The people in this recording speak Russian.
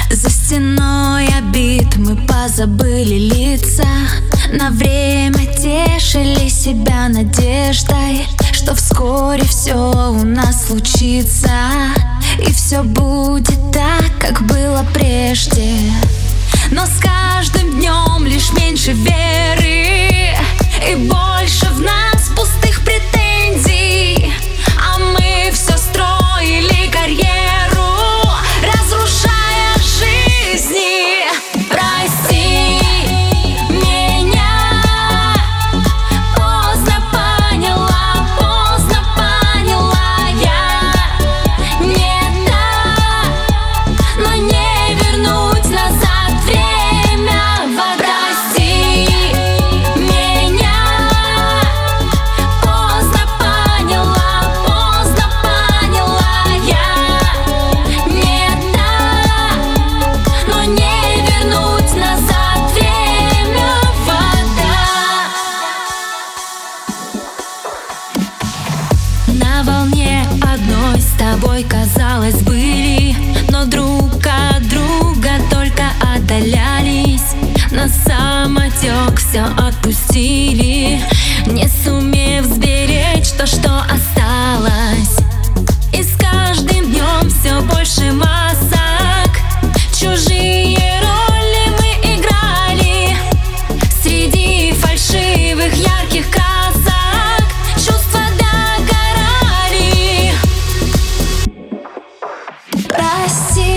За стеной обид мы позабыли лица, на время тешили себя надеждой, что вскоре все у нас случится, и все будет так, как было прежде. Но с каждым днем лишь меньше веры и больше в нас пустых претензий. А мы все строили карьеру, разрушая жизни. Прости меня, поздно поняла я. Не так, но не вернуть назад время. Прости меня, поздно поняла я. Не так, но не вернуть назад время. Вода. На волне одной с тобой, казалось, были, но друг от друга только отдалялись. На самотек все отпустили, не сумев сберечь то, что осталось. И с каждым днем все больше масок, чужие роли мы играли. Среди фальшивых ярких красок чувства догорали. Прости